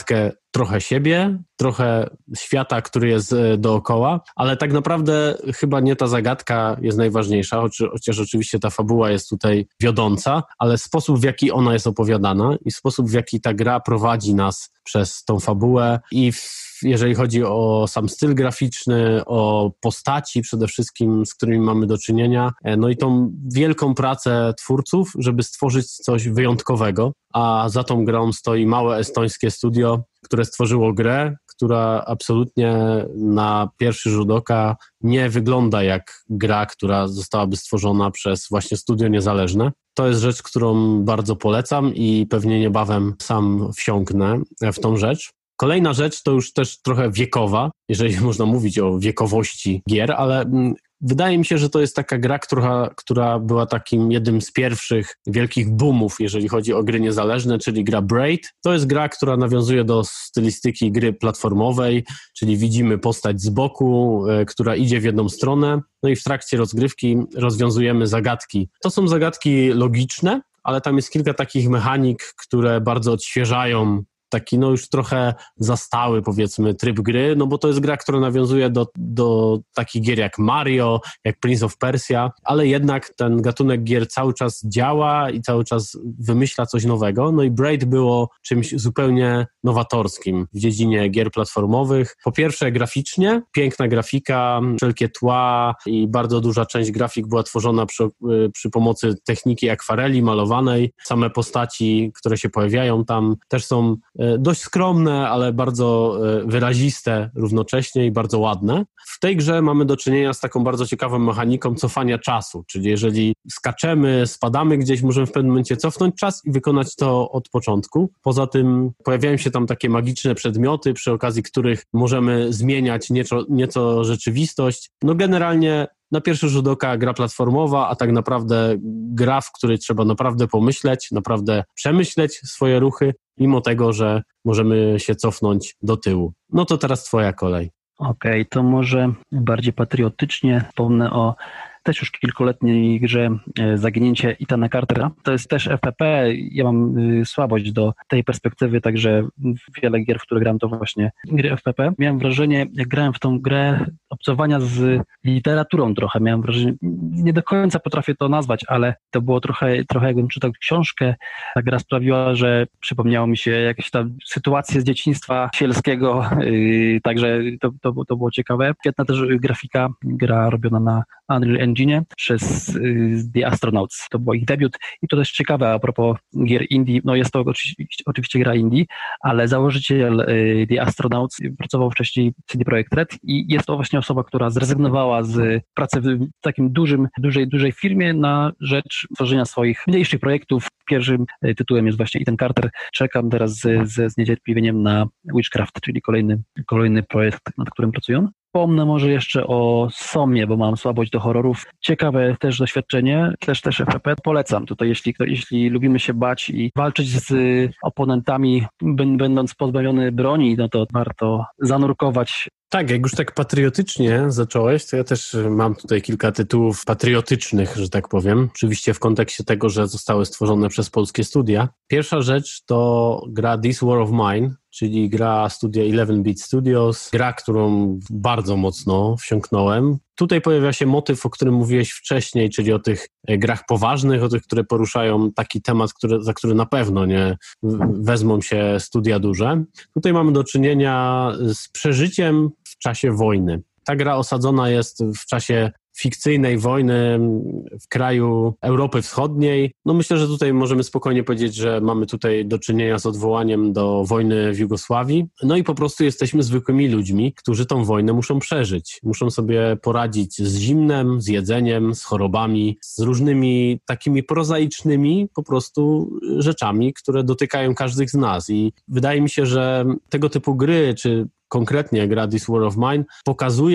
trochę siebie, trochę świata, który jest dookoła, ale tak naprawdę chyba nie ta zagadka jest najważniejsza, chociaż oczywiście ta fabuła jest tutaj wiodąca, ale sposób, w jaki ona jest opowiadana i sposób, w jaki ta gra prowadzi nas przez tą fabułę i jeżeli chodzi o sam styl graficzny, o postaci przede wszystkim, z którymi mamy do czynienia, no i tą wielką pracę twórców, żeby stworzyć coś wyjątkowego, a za tą grą stoi małe estońskie studio, które stworzyło grę, która absolutnie na pierwszy rzut oka nie wygląda jak gra, która zostałaby stworzona przez właśnie studio niezależne. To jest rzecz, którą bardzo polecam i pewnie niebawem sam wsiąknę w tą rzecz. Kolejna rzecz to już też trochę wiekowa, jeżeli można mówić o wiekowości gier, ale wydaje mi się, że to jest taka gra, która była takim jednym z pierwszych wielkich boomów, jeżeli chodzi o gry niezależne, czyli gra Braid. To jest gra, która nawiązuje do stylistyki gry platformowej, czyli widzimy postać z boku, która idzie w jedną stronę, no i w trakcie rozgrywki rozwiązujemy zagadki. To są zagadki logiczne, ale tam jest kilka takich mechanik, które bardzo odświeżają taki już trochę zastały, powiedzmy, tryb gry, no bo to jest gra, która nawiązuje do takich gier jak Mario, jak Prince of Persia, ale jednak ten gatunek gier cały czas działa i cały czas wymyśla coś nowego, no i Braid było czymś zupełnie nowatorskim w dziedzinie gier platformowych. Po pierwsze graficznie, piękna grafika, wszelkie tła i bardzo duża część grafik była tworzona przy pomocy techniki akwareli malowanej. Same postaci, które się pojawiają tam też są dość skromne, ale bardzo wyraziste równocześnie i bardzo ładne. W tej grze mamy do czynienia z taką bardzo ciekawą mechaniką cofania czasu, czyli jeżeli skaczemy, spadamy gdzieś, możemy w pewnym momencie cofnąć czas i wykonać to od początku. Poza tym pojawiają się tam takie magiczne przedmioty, przy okazji których możemy zmieniać nieco rzeczywistość. No generalnie na pierwszy rzut oka gra platformowa, a tak naprawdę gra, w której trzeba naprawdę pomyśleć, naprawdę przemyśleć swoje ruchy, mimo tego, że możemy się cofnąć do tyłu. No to teraz twoja kolej. Okej, to może bardziej patriotycznie wspomnę o też już kilkuletniej grze Zaginięcie Ethana Cartera. To jest też FPP. Ja mam słabość do tej perspektywy, także wiele gier, w które gram, to właśnie gry FPP. Miałem wrażenie, jak grałem w tą grę, obcowania z literaturą trochę. Miałem wrażenie, nie do końca potrafię to nazwać, ale to było trochę jakbym czytał książkę. Ta gra sprawiła, że przypomniało mi się jakieś tam sytuacje z dzieciństwa sielskiego, także to było ciekawe. Świetna też grafika, gra robiona na Unreal Engine przez The Astronauts. To był ich debiut i to też ciekawe a propos gier indie. No jest to oczywiście gra indie, ale założyciel The Astronauts pracował wcześniej w CD Projekt Red i jest to właśnie osoba, która zrezygnowała z pracy w takim dużej firmie na rzecz tworzenia swoich mniejszych projektów. Pierwszym tytułem jest właśnie Ethan Carter. Czekam teraz z niecierpliwieniem na Witchcraft, czyli kolejny projekt, nad którym pracują. Wspomnę może jeszcze o Somie, bo mam słabość do horrorów. Ciekawe też doświadczenie, też FPP. Polecam tutaj, jeśli lubimy się bać i walczyć z oponentami, będąc pozbawiony broni, no to warto zanurkować. Tak, jak już tak patriotycznie zacząłeś, to ja też mam tutaj kilka tytułów patriotycznych, że tak powiem. Oczywiście w kontekście tego, że zostały stworzone przez polskie studia. Pierwsza rzecz to gra This War of Mine, czyli gra studia 11-Bit Studios, gra, którą bardzo mocno wsiąknąłem. Tutaj pojawia się motyw, o którym mówiłeś wcześniej, czyli o tych grach poważnych, o tych, które poruszają taki temat, za który na pewno nie wezmą się studia duże. Tutaj mamy do czynienia z przeżyciem w czasie wojny. Ta gra osadzona jest w czasie fikcyjnej wojny w kraju Europy Wschodniej. No myślę, że tutaj możemy spokojnie powiedzieć, że mamy tutaj do czynienia z odwołaniem do wojny w Jugosławii. No i po prostu jesteśmy zwykłymi ludźmi, którzy tą wojnę muszą przeżyć. Muszą sobie poradzić z zimnem, z jedzeniem, z chorobami, z różnymi takimi prozaicznymi po prostu rzeczami, które dotykają każdych z nas. I wydaje mi się, że tego typu gry, czy konkretnie gra This War of Mine pokazuje,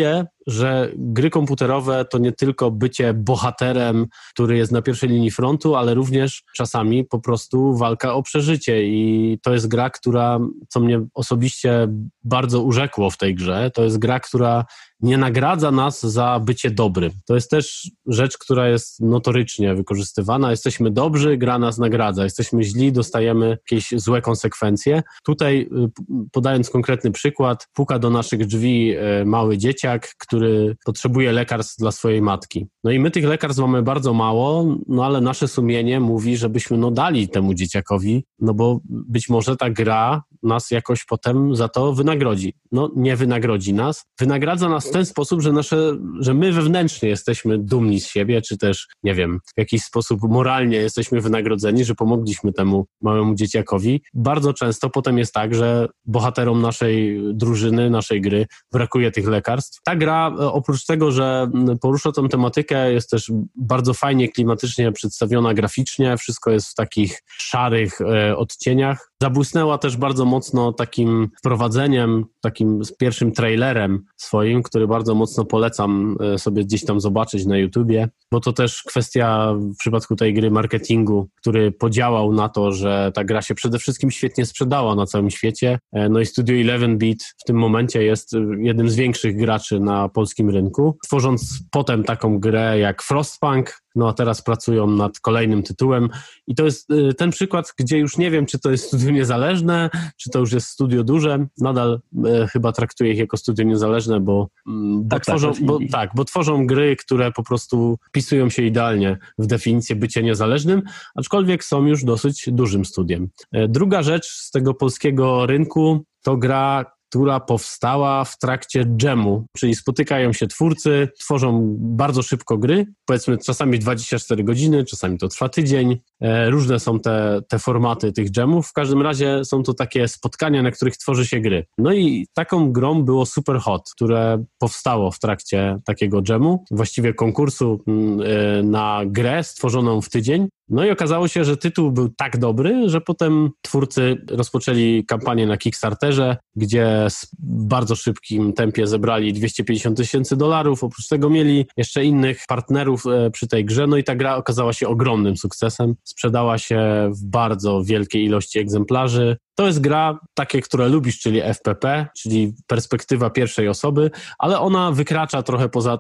że gry komputerowe to nie tylko bycie bohaterem, który jest na pierwszej linii frontu, ale również czasami po prostu walka o przeżycie i to jest gra, co mnie osobiście bardzo urzekło w tej grze, to jest gra, która nie nagradza nas za bycie dobrym. To jest też rzecz, która jest notorycznie wykorzystywana. Jesteśmy dobrzy, gra nas nagradza. Jesteśmy źli, dostajemy jakieś złe konsekwencje. Tutaj, podając konkretny przykład, puka do naszych drzwi mały dzieciak, który potrzebuje lekarstw dla swojej matki. No i my tych lekarstw mamy bardzo mało, no ale nasze sumienie mówi, żebyśmy dali temu dzieciakowi, no bo być może ta gra nas jakoś potem za to wynagrodzi. No nie wynagrodzi nas. Wynagradza nas w ten sposób, że my wewnętrznie jesteśmy dumni z siebie, czy też, nie wiem, w jakiś sposób moralnie jesteśmy wynagrodzeni, że pomogliśmy temu małemu dzieciakowi. Bardzo często potem jest tak, że bohaterom naszej drużyny, naszej gry brakuje tych lekarstw. Ta gra, oprócz tego, że porusza tą tematykę, jest też bardzo fajnie, klimatycznie przedstawiona graficznie. Wszystko jest w takich szarych odcieniach. Zabłysnęła też bardzo mocno takim wprowadzeniem, takim pierwszym trailerem swoim, który bardzo mocno polecam sobie gdzieś tam zobaczyć na YouTubie, bo to też kwestia w przypadku tej gry marketingu, który podziałał na to, że ta gra się przede wszystkim świetnie sprzedała na całym świecie. No i Studio 11-bit w tym momencie jest jednym z większych graczy na polskim rynku. Tworząc potem taką grę jak Frostpunk, no a teraz pracują nad kolejnym tytułem i to jest ten przykład, gdzie już nie wiem, czy to jest studio niezależne, czy to już jest studio duże. Nadal chyba traktuję ich jako studio niezależne, bo tworzą gry, które po prostu wpisują się idealnie w definicję bycia niezależnym, aczkolwiek są już dosyć dużym studiem. Druga rzecz z tego polskiego rynku to gra, która powstała w trakcie dżemu, czyli spotykają się twórcy, tworzą bardzo szybko gry, powiedzmy czasami 24 godziny, czasami to trwa tydzień, różne są te formaty tych dżemów, w każdym razie są to takie spotkania, na których tworzy się gry. No i taką grą było Superhot, które powstało w trakcie takiego dżemu, właściwie konkursu na grę stworzoną w tydzień. No i okazało się, że tytuł był tak dobry, że potem twórcy rozpoczęli kampanię na Kickstarterze, gdzie w bardzo szybkim tempie zebrali $250,000. Oprócz tego mieli jeszcze innych partnerów przy tej grze, no i ta gra okazała się ogromnym sukcesem. Sprzedała się w bardzo wielkiej ilości egzemplarzy. To jest gra takie, które lubisz, czyli FPP, czyli perspektywa pierwszej osoby, ale ona wykracza trochę poza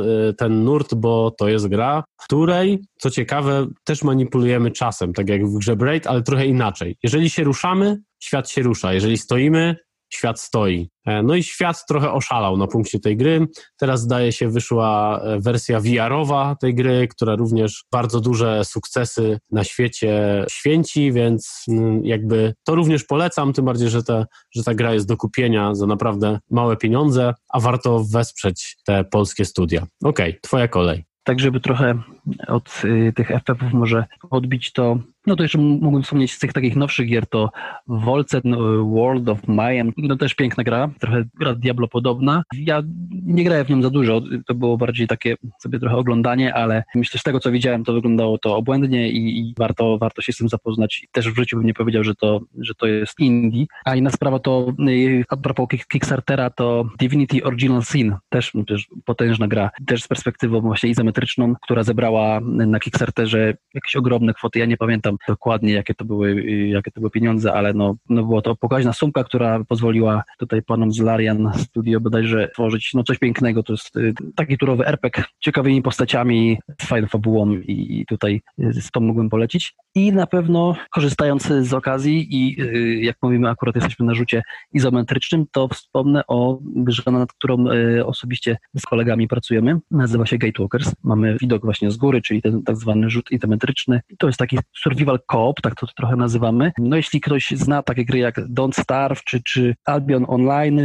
ten nurt, bo to jest gra, w której, co ciekawe, też manipulujemy czasem, tak jak w grze Braid, ale trochę inaczej. Jeżeli się ruszamy, świat się rusza. Jeżeli stoimy, świat stoi. No i świat trochę oszalał na punkcie tej gry. Teraz zdaje się wyszła wersja VR-owa tej gry, która również bardzo duże sukcesy na świecie święci, więc jakby to również polecam, tym bardziej, że ta gra jest do kupienia za naprawdę małe pieniądze, a warto wesprzeć te polskie studia. Okej, twoja kolej. Tak, żeby trochę od tych FF-ów może odbić to, no to jeszcze mógłbym wspomnieć z tych takich nowszych gier, to Volcet World of Mayhem, no też piękna gra, trochę gra Diablo podobna. Ja nie grałem w nią za dużo, to było bardziej takie sobie trochę oglądanie, ale myślę, że z tego co widziałem, to wyglądało to obłędnie i warto się z tym zapoznać. Też w życiu bym nie powiedział, że to jest indie. A inna sprawa to, a propos Kickstartera, to Divinity Original Sin, też potężna gra, też z perspektywą właśnie izometryczną, która zebrała na Kickstarterze jakieś ogromne kwoty. Ja nie pamiętam dokładnie, jakie to były pieniądze, ale no była to pokaźna sumka, która pozwoliła tutaj panom z Larian Studio bodajże tworzyć coś pięknego. To jest taki turowy RPG z ciekawymi postaciami, z fajną fabułą i tutaj to mógłbym polecić. I na pewno korzystając z okazji i jak mówimy, akurat jesteśmy na rzucie izometrycznym, to wspomnę o grze, nad którą osobiście z kolegami pracujemy. Nazywa się Gatewalkers. Mamy widok właśnie z góry, czyli ten tak zwany rzut izometryczny. To jest taki survival co-op, tak to trochę nazywamy. No jeśli ktoś zna takie gry jak Don't Starve, czy Albion Online,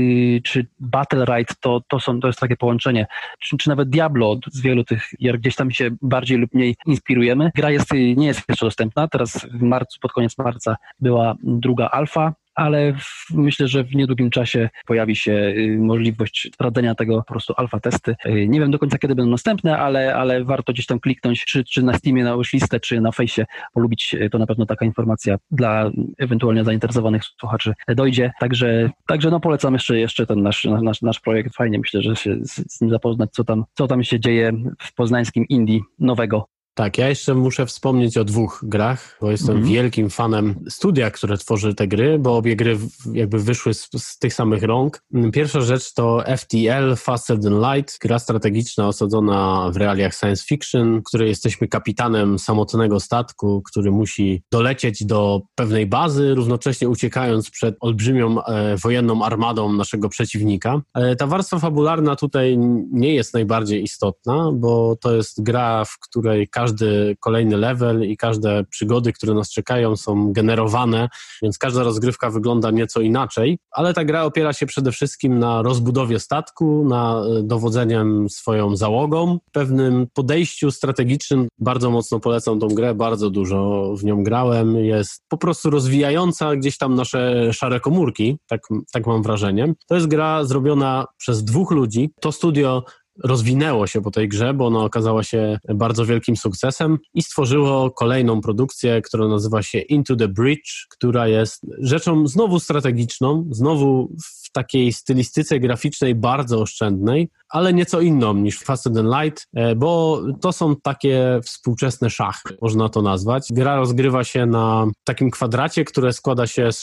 czy Battle Ride, to jest takie połączenie. Czy nawet Diablo, z wielu tych gier gdzieś tam się bardziej lub mniej inspirujemy. Gra nie jest jeszcze dostępna. Teraz w marcu, pod koniec marca była druga alfa, ale myślę, że w niedługim czasie pojawi się możliwość sprawdzenia tego po prostu alfa testy. Nie wiem do końca, kiedy będą następne, ale warto gdzieś tam kliknąć, czy na Steamie, na wishlistę, czy na fejsie polubić, to na pewno taka informacja dla ewentualnie zainteresowanych słuchaczy dojdzie. Także no polecam jeszcze ten nasz projekt. Fajnie, myślę, że się z nim zapoznać, co tam się dzieje w poznańskim indie nowego. Tak, ja jeszcze muszę wspomnieć o 2 grach, bo jestem wielkim fanem studia, które tworzy te gry, bo obie gry jakby wyszły z tych samych rąk. Pierwsza rzecz to FTL, Faster Than Light, gra strategiczna osadzona w realiach science fiction, w której jesteśmy kapitanem samotnego statku, który musi dolecieć do pewnej bazy, równocześnie uciekając przed olbrzymią wojenną armadą naszego przeciwnika. Ta warstwa fabularna tutaj nie jest najbardziej istotna, bo to jest gra, w której każdy kolejny level i każde przygody, które nas czekają, są generowane, więc każda rozgrywka wygląda nieco inaczej, ale ta gra opiera się przede wszystkim na rozbudowie statku, na dowodzeniem swoją załogą, pewnym podejściu strategicznym. Bardzo mocno polecam tą grę, bardzo dużo w nią grałem, jest po prostu rozwijająca gdzieś tam nasze szare komórki, tak mam wrażenie. To jest gra zrobiona przez 2 ludzi. To studio rozwinęło się po tej grze, bo ona okazała się bardzo wielkim sukcesem i stworzyło kolejną produkcję, która nazywa się Into the Breach, która jest rzeczą znowu strategiczną, znowu w takiej stylistyce graficznej bardzo oszczędnej, ale nieco inną niż Faster Than Light, bo to są takie współczesne szachy, można to nazwać. Gra rozgrywa się na takim kwadracie, które składa się z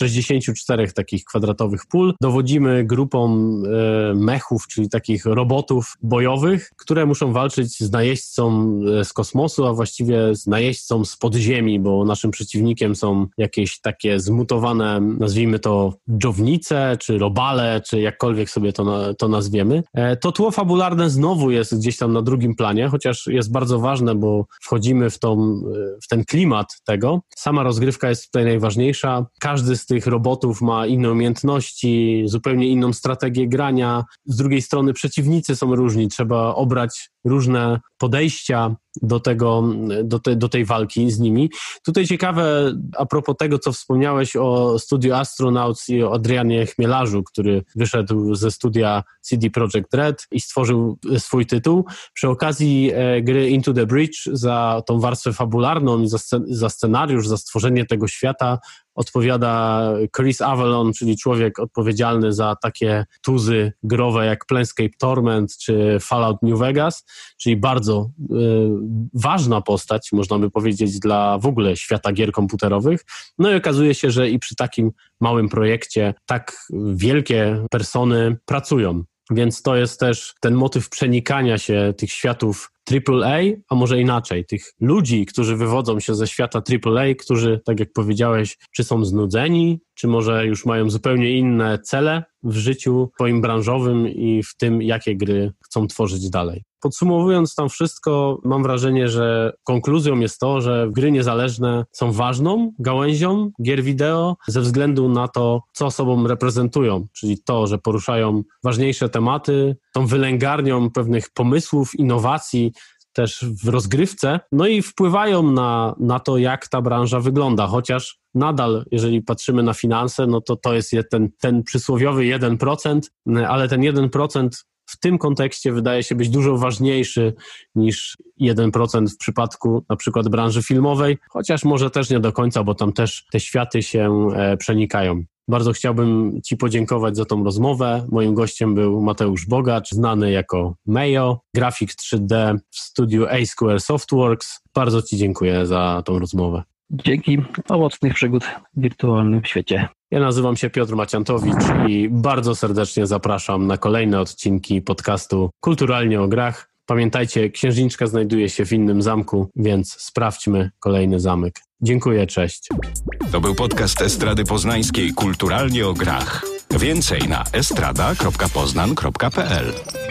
64 takich kwadratowych pól. Dowodzimy grupą mechów, czyli takich robotów bojowych, które muszą walczyć z najeźdźcą z kosmosu, a właściwie z najeźdźcą z podziemi, bo naszym przeciwnikiem są jakieś takie zmutowane, nazwijmy to dżownice, czy robale, czy jakkolwiek sobie to nazwiemy. To tło fabularne znowu jest gdzieś tam na drugim planie, chociaż jest bardzo ważne, bo wchodzimy w ten klimat tego. Sama rozgrywka jest tutaj najważniejsza. Każdy z tych robotów ma inne umiejętności, zupełnie inną strategię grania. Z drugiej strony przeciwnicy są różni, trzeba obrać różne podejścia do tej walki z nimi. Tutaj ciekawe, a propos tego, co wspomniałeś o studiu Astronauts i o Adrianie Chmielarzu, który wyszedł ze studia CD Projekt Red i stworzył swój tytuł. Przy okazji gry Into the Breach za tą warstwę fabularną i za scenariusz, za stworzenie tego świata odpowiada Chris Avellone, czyli człowiek odpowiedzialny za takie tuzy growe jak Planescape Torment czy Fallout New Vegas, czyli bardzo ważna postać, można by powiedzieć, dla w ogóle świata gier komputerowych. No i okazuje się, że i przy takim małym projekcie tak wielkie persony pracują. Więc to jest też ten motyw przenikania się tych światów AAA, a może inaczej, tych ludzi, którzy wywodzą się ze świata AAA, którzy, tak jak powiedziałeś, czy są znudzeni, czy może już mają zupełnie inne cele w życiu swoim branżowym i w tym, jakie gry chcą tworzyć dalej. Podsumowując tam wszystko, mam wrażenie, że konkluzją jest to, że gry niezależne są ważną gałęzią gier wideo ze względu na to, co sobą reprezentują, czyli to, że poruszają ważniejsze tematy, są wylęgarnią pewnych pomysłów, innowacji, też w rozgrywce, no i wpływają na to, jak ta branża wygląda, chociaż nadal, jeżeli patrzymy na finanse, no to jest ten przysłowiowy 1%, ale ten 1% w tym kontekście wydaje się być dużo ważniejszy niż 1% w przypadku na przykład branży filmowej, chociaż może też nie do końca, bo tam też te światy się przenikają. Bardzo chciałbym Ci podziękować za tą rozmowę. Moim gościem był Mateusz Bogacz, znany jako Mayo, grafik 3D w studiu A-Square Softworks. Bardzo Ci dziękuję za tą rozmowę. Dzięki. Owocnych przygód w wirtualnym świecie. Ja nazywam się Piotr Maciantowicz i bardzo serdecznie zapraszam na kolejne odcinki podcastu Kulturalnie o grach. Pamiętajcie, księżniczka znajduje się w innym zamku, więc sprawdźmy kolejny zamek. Dziękuję, cześć. To był podcast Estrady Poznańskiej Kulturalnie o grach. Więcej na estrada.poznan.pl